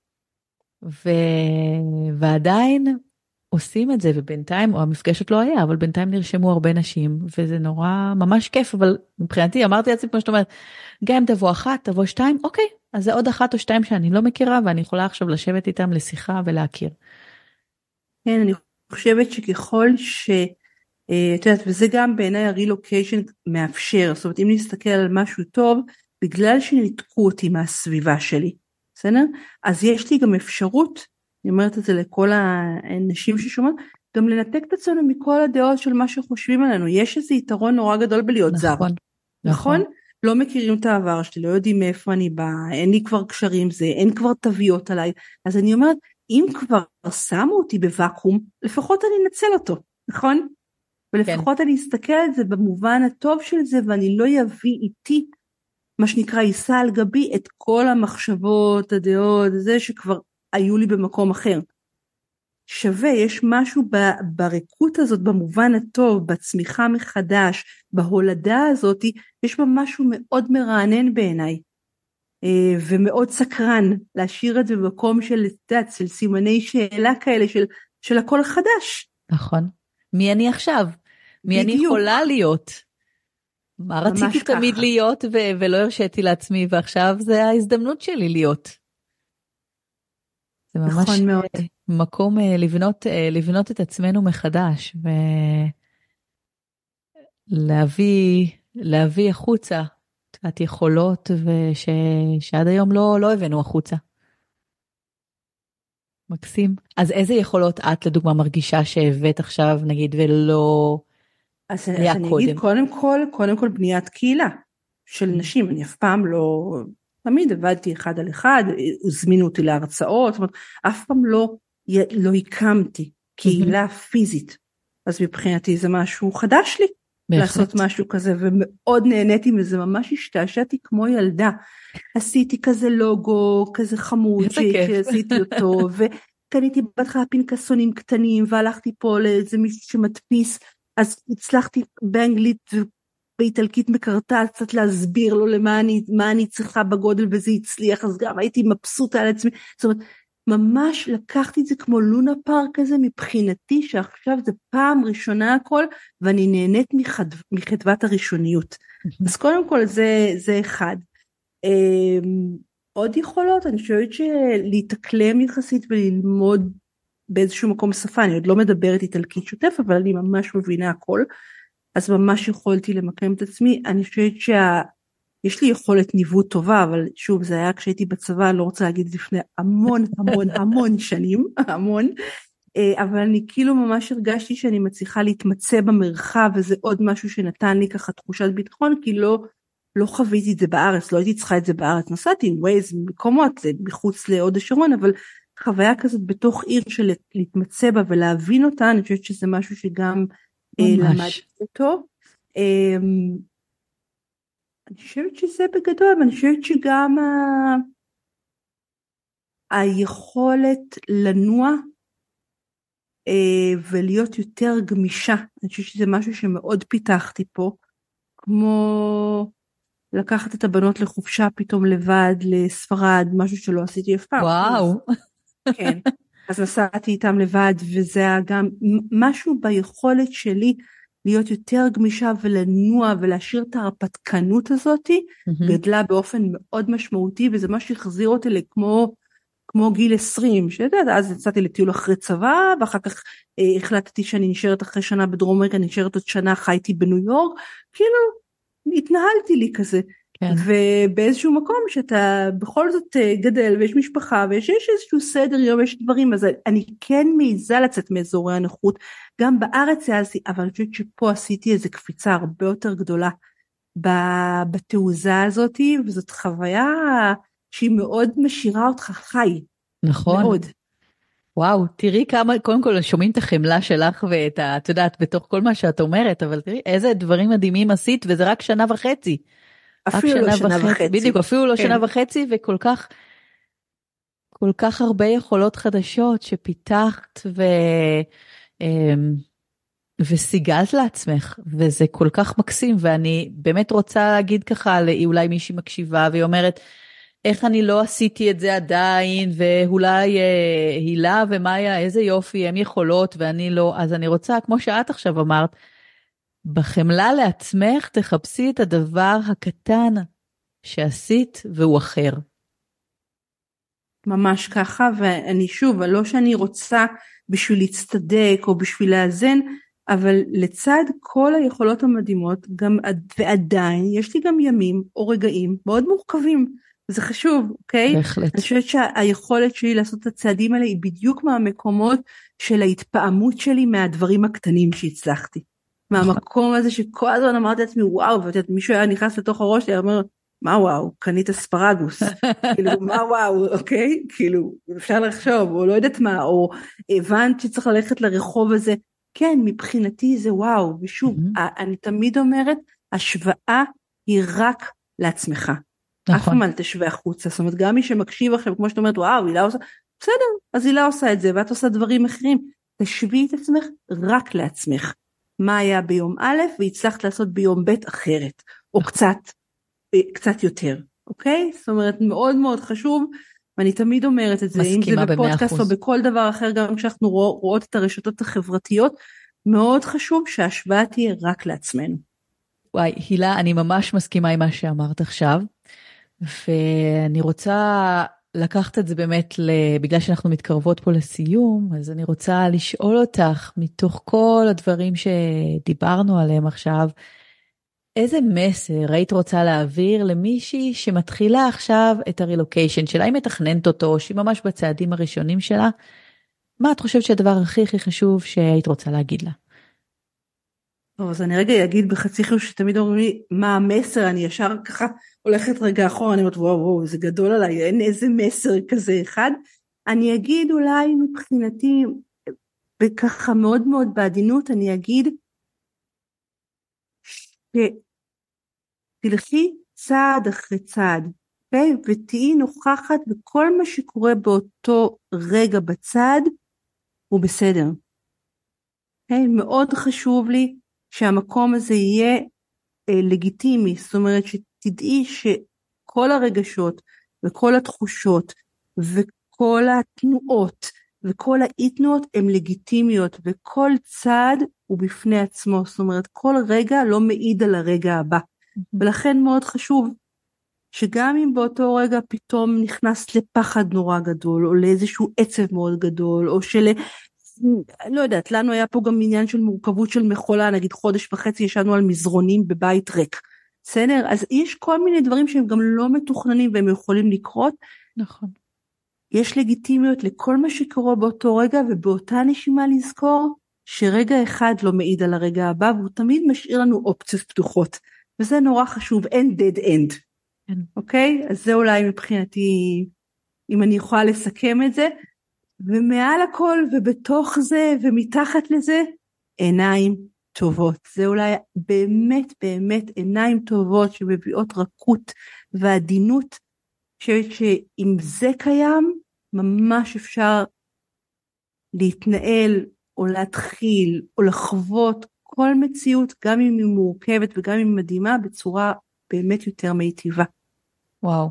ועדיין עושים את זה, ובינתיים, או המפגש עוד לא היה, אבל בינתיים נרשמו הרבה נשים, וזה נורא, ממש כיף, אבל מבחינתי, אמרתי לעצמי, כמו שאת אומרת, גם אם תבוא 1, תבוא 2, אוקיי, אז זה עוד 1 או 2 שאני לא מכירה, ואני יכולה עכשיו לשבת איתם לשיחה ולהכיר. כן, אני חושבת שככל את יודעת, וזה גם בעיניי הרילוקיישן מאפשר, זאת אומרת אם נסתכל על משהו טוב, בגלל שניתקו אותי מהסביבה שלי, בסדר? אז יש לי גם אפשרות, אני אומרת את זה לכל האנשים ששומעות, גם לנתק את עצמנו מכל הדעות של מה שחושבים עלינו, יש איזה יתרון נורא גדול בלהיות זר, נכון? לא מכירים את העבר שלי, לא יודעים מאיפה אני באה, אין לי כבר קשרים זה, אין כבר תוויות עליי, אז אני אומרת, אם כבר שמו אותי בוואקום, לפחות אני אנצל אותו, נכון? ולפחות אני אסתכל על זה במובן הטוב של זה, ואני לא יביא איתי, מה שנקרא, יישא על גבי את כל המחשבות, הדעות, זה שכבר היו לי במקום אחר. שווה, יש משהו בריקות הזאת, במובן הטוב, בצמיחה מחדש, בהולדה הזאת, יש בה משהו מאוד מרענן בעיניי. ומאוד סקרן להשאיר את זה במקום של סימני שאלה כאלה של הכל חדש. נכון. מי אני עכשיו? מי אני יכולה להיות? מה רציתי תמיד להיות ולא הרשיתי לעצמי, ועכשיו זה ההזדמנות שלי להיות. זה ממש מקום לבנות את עצמנו מחדש, ולהביא החוצה. את יכולות שעד היום לא הבאנו החוצה. מקסים. אז איזה יכולות את לדוגמה מרגישה שהבאת עכשיו נגיד ולא אז אני אגיד קודם כל בניית קהילה של נשים. אני אף פעם לא, תמיד עבדתי אחד על אחד, הזמינו אותי להרצאות, זאת אומרת, אף פעם לא הקמתי קהילה פיזית. אז מבחינתי זה משהו חדש לי. לעשות משהו כזה, ומאוד נהניתי מזה, ממש השתעשעתי כמו ילדה, עשיתי כזה לוגו, כזה חמוד, שעשיתי אותו, וקניתי בהתחלה פנקסונים קטנים, והלכתי פה לאיזה מישהו שמדפיס, אז הצלחתי באנגלית ובאיטלקית מקרטע, קצת להסביר לו מה אני צריכה בגודל, וזה הצליח, אז גם הייתי מבסוטה על עצמי, זאת אומרת, ממש לקחתי את זה כמו לונה פארק כזה מבחינתי, שעכשיו זה פעם ראשונה הכל, ואני נהנית מחדוות הראשוניות. אז קודם כל זה אחד. עוד יכולות, אני חושבת שלהתאקלם יחסית וללמוד באיזשהו מקום שפה, אני עוד לא מדברת איטלקית שוטף, אבל אני ממש מבינה הכל. אז ממש יכולתי למקם את עצמי. אני חושבת יש לי יכולת ניווט טובה, אבל שוב, זה היה כשהייתי בצבא, אני לא רוצה להגיד לפני המון המון המון שנים, המון, אבל אני כאילו ממש הרגשתי שאני מצליחה להתמצא במרחב, וזה עוד משהו שנתן לי ככה תחושת ביטחון, כי לא חוויתי את זה בארץ, לא הייתי צריכה את זה בארץ, נסעתי עם ווייז מקומות, מחוץ להוד השרון, אבל חוויה כזאת בתוך עיר של להתמצא בה ולהבין אותה, אני חושבת שזה משהו שגם למדתי אותו. אני חושבת שזה בגדול, ואני חושבת שגם היכולת לנוע ולהיות יותר גמישה, אני חושבת שזה משהו שמאוד פיתחתי פה, כמו לקחת את הבנות לחופשה פתאום לבד לספרד, משהו שלא עשיתי אף פעם. וואו. כן, אז נסעתי איתם לבד, וזה היה גם משהו ביכולת שלי להיות יותר גמישה ולנוע ולהשאיר את ההרפתקנות הזאת, גדלה באופן מאוד משמעותי, וזה מה שהחזיר אותי כמו גיל 20, שיודעת, אז יצאתי לטיול אחרי צבא, ואחר כך החלטתי שאני נשארת אחרי שנה בדרום אמריקה, נשארת עוד שנה, חייתי בניו יורק, כאילו התנהלתי לי כזה, כן. ובאיזשהו מקום שאתה בכל זאת גדל ויש משפחה ויש איזשהו סדר יום, יש דברים, אז אני כן מעיזה לצאת מאזורי הנוחות, גם בארץ העזתי, אבל אני חושבת שפה עשיתי איזו קפיצה הרבה יותר גדולה בתעוזה הזאת, וזאת חוויה שהיא מאוד משאירה אותך חי. נכון. מאוד. וואו, תראי כמה, קודם כל שומעים את החמלה שלך ואת את יודעת, בתוך כל מה שאת אומרת, אבל תראי איזה דברים מדהימים עשית, וזה רק שנה וחצי. אפילו לא שנה וחצי. בדיוק, אפילו לא שנה וחצי, וכל כך הרבה יכולות חדשות שפיתחת וסיגלת לעצמך, וזה כל כך מקסים, ואני באמת רוצה להגיד ככה, אולי מישהי מקשיבה, והיא אומרת, איך אני לא עשיתי את זה עדיין, ואולי הילה ומאיה, איזה יופי, הם יכולות, ואני לא, אז אני רוצה, כמו שאת עכשיו אמרת, בחמלה לעצמך, תחפשי את הדבר הקטן שעשית, והוא אחר. ממש ככה, ואני שוב, לא שאני רוצה בשביל להצטדק, או בשביל לאזן, אבל לצד כל היכולות המדהימות, גם ועדיין, יש לי גם ימים או רגעים מאוד מורכבים, וזה חשוב, אוקיי? בהחלט. אני חושבת שהיכולת שלי לעשות את הצעדים האלה, היא בדיוק מהמקומות של ההתפעמות שלי, מהדברים הקטנים שהצלחתי. מהמקום הזה שכל הזמן אמרתי לעצמי, וואו, מישהו היה נכנס לתוך הראש שלי, אומר, מה וואו, קנית אספרגוס, כאילו מה וואו, אוקיי? כאילו אפשר לחשוב, או לא יודעת מה, או הבנת שצריך ללכת לרחוב הזה, כן, מבחינתי זה וואו, ושוב, אני תמיד אומרת, השוואה היא רק לעצמך. אף פעם אל תשווה החוצה, זאת אומרת, גם מי שמקשיב עכשיו, כמו שאת אומרת, וואו, הילה עושה, בסדר, אז הילה עושה את זה, ואת עושה דברים אחרים, תשווי את עצמך רק לעצמך. מה היה ביום א' והצלחת לעשות ביום ב' אחרת, או קצת יותר, אוקיי? זאת אומרת, מאוד מאוד חשוב, ואני תמיד אומרת את זה, אם זה בפודקאסט או בכל דבר אחר, גם כשאנחנו רואות את הרשתות החברתיות, מאוד חשוב שההשוואה תהיה רק לעצמנו. וואי, הילה, אני ממש מסכימה עם מה שאמרת עכשיו, ואני רוצה לקחת את זה באמת, בגלל שאנחנו מתקרבות פה לסיום, אז אני רוצה לשאול אותך, מתוך כל הדברים שדיברנו עליהם עכשיו, איזה מסר היית רוצה להעביר למישהי שמתחילה עכשיו את הרילוקיישן שלה, היא מתכננת אותו, שהיא ממש בצעדים הראשונים שלה, מה את חושבת שהדבר הכי חשוב שהיית רוצה להגיד לה? טוב, אז אני רגע אגיד בחצי חיוב שתמיד אומרים לי, מה המסר? אני ישר ככה הולכת רגע אחורה, אני אומרת, וואו, זה גדול עליי, אין איזה מסר כזה אחד. אני אגיד אולי מבחינתי, וככה מאוד מאוד בעדינות, אני אגיד, שתלכי צעד אחרי צעד, okay? ותהי נוכחת בכל מה שקורה באותו רגע בצד, הוא בסדר. Okay? מאוד חשוב לי שהמקום הזה יהיה לגיטימי, זאת אומרת שתדעי שכל הרגשות וכל התחושות וכל התנועות וכל האי-תנועות הן לגיטימיות, וכל צעד הוא בפני עצמו, זאת אומרת כל רגע לא מעיד על הרגע הבא, ולכן מאוד חשוב שגם אם באותו רגע פתאום נכנס לפחד נורא גדול, או לאיזשהו עצב מאוד גדול, או לא יודעת, לנו היה פה גם עניין של מורכבות של מכולה, נגיד חודש וחצי ישנו על מזרונים בבית ריק. בסדר? אז יש כל מיני דברים שהם גם לא מתוכננים והם יכולים לקרות. נכון. יש לגיטימיות לכל מה שקורה באותו רגע, ובאותה נשימה לזכור שרגע אחד לא מעיד על הרגע הבא, והוא תמיד משאיר לנו אופציות פתוחות. וזה נורא חשוב, אין dead end. כן. אוקיי? אז זה אולי מבחינתי, אם אני יכולה לסכם את זה, ומעל הכל ובתוך זה ומתחת לזה, עיניים טובות. זה אולי באמת באמת עיניים טובות שמביאות רכות ועדינות, שאם זה קיים, ממש אפשר להתנהל או להתחיל או לחוות כל מציאות, גם אם היא מורכבת וגם אם היא מדהימה, בצורה באמת יותר מיטיבה. וואו.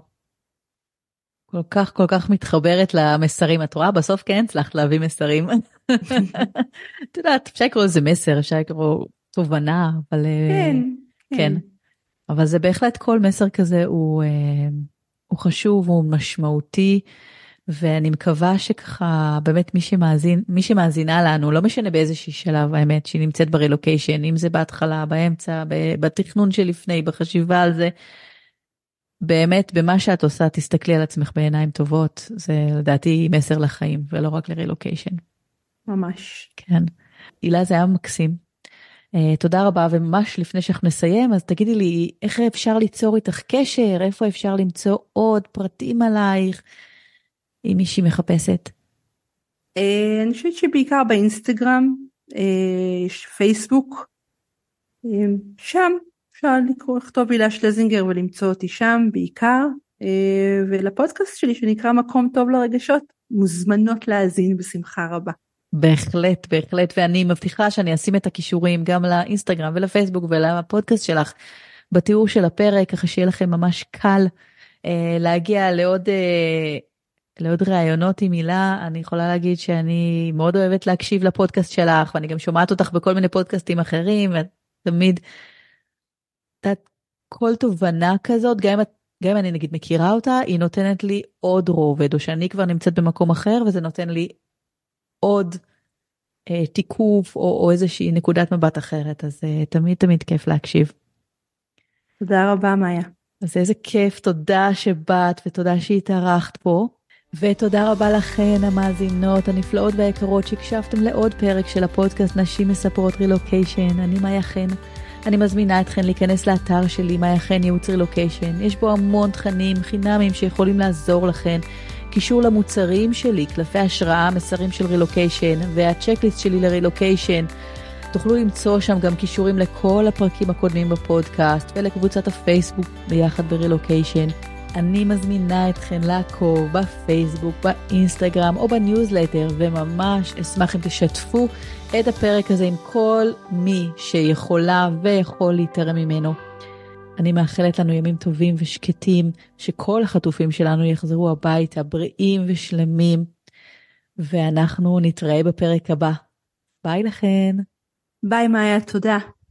כל כך מתחברת למסרים. את רואה, בסוף כן הצלחת להביא מסרים. את יודעת, אפשר לקרוא איזה מסר, אפשר לקרוא תובנה, אבל... כן. אבל זה בהחלט כל מסר כזה הוא חשוב, הוא משמעותי, ואני מקווה שככה באמת מי שמאזינה לנו, לא משנה באיזושהי שלב האמת, שהיא נמצאת ברילוקיישן, אם זה בהתחלה, באמצע, בתכנון שלפני, בחשיבה על זה, באמת במה שאת עושה, תסתכלי על עצמך בעיניים טובות, זה לדעתי מסר לחיים, ולא רק לרילוקיישן. ממש. כן. הילה, זה היה מקסים. תודה רבה, וממש לפני שאנחנו נסיים, אז תגידי לי, איך אפשר ליצור איתך קשר, איפה אפשר למצוא עוד פרטים עלייך, אם מישהי מחפשת? אני חושבת שבעיקר באינסטגרם, יש פייסבוק, שם אפשר לכתוב הילה שלזינגר ולמצוא אותי שם בעיקר, ולפודקאסט שלי שנקרא מקום טוב לרגשות, מוזמנות להאזין בשמחה רבה. בהחלט, בהחלט, ואני מבטיחה שאני אשים את הכישורים גם לאינסטגרם ולפייסבוק ולפודקאסט שלך בתיאור של הפרק, ככה שיהיה לכם ממש קל להגיע לעוד רעיונות עם הילה. אני יכולה להגיד שאני מאוד אוהבת להקשיב לפודקאסט שלך, ואני גם שומעת אותך בכל מיני פודקאסטים אחרים, ותמיד כל תובנה כזאת, גם אם אני נגיד מכירה אותה, היא נותנת לי עוד רובד, או שאני כבר נמצאת במקום אחר, וזה נותן לי עוד תיקוף, או איזושהי נקודת מבט אחרת, אז תמיד כיף להקשיב. תודה רבה, מאיה. אז איזה כיף, תודה שבאת, ותודה שהתארחת פה, ותודה רבה לכן המאזינות הנפלאות והיקרות, שהקשבתם לעוד פרק של הפודקאסט נשים מספרות רילוקיישן. אני מאיה חן. אני מזמינה אתכן להיכנס לאתר שלי, מאיה חן ייעוץ רילוקיישן. יש בו המון תכנים חינמים שיכולים לעזור לכן, קישור למוצרים שלי, קלפי השראה, מסרים של רילוקיישן, והצ'קליסט שלי לרילוקיישן. תוכלו למצוא שם גם קישורים לכל הפרקים הקודמים בפודקאסט, ולקבוצת הפייסבוק ביחד ברילוקיישן. אני מזמינה אתכן לעקוב בפייסבוק, באינסטגרם או בניוזלטר, וממש אשמח אם תשתפו את הפרק הזה עם כל מי שיכולה ויכול להתרם ממנו. אני מאחלת לנו ימים טובים ושקטים, שכל החטופים שלנו יחזרו הביתה בריאים ושלמים, ואנחנו נתראה בפרק הבא. ביי לכן. ביי מאיה, תודה.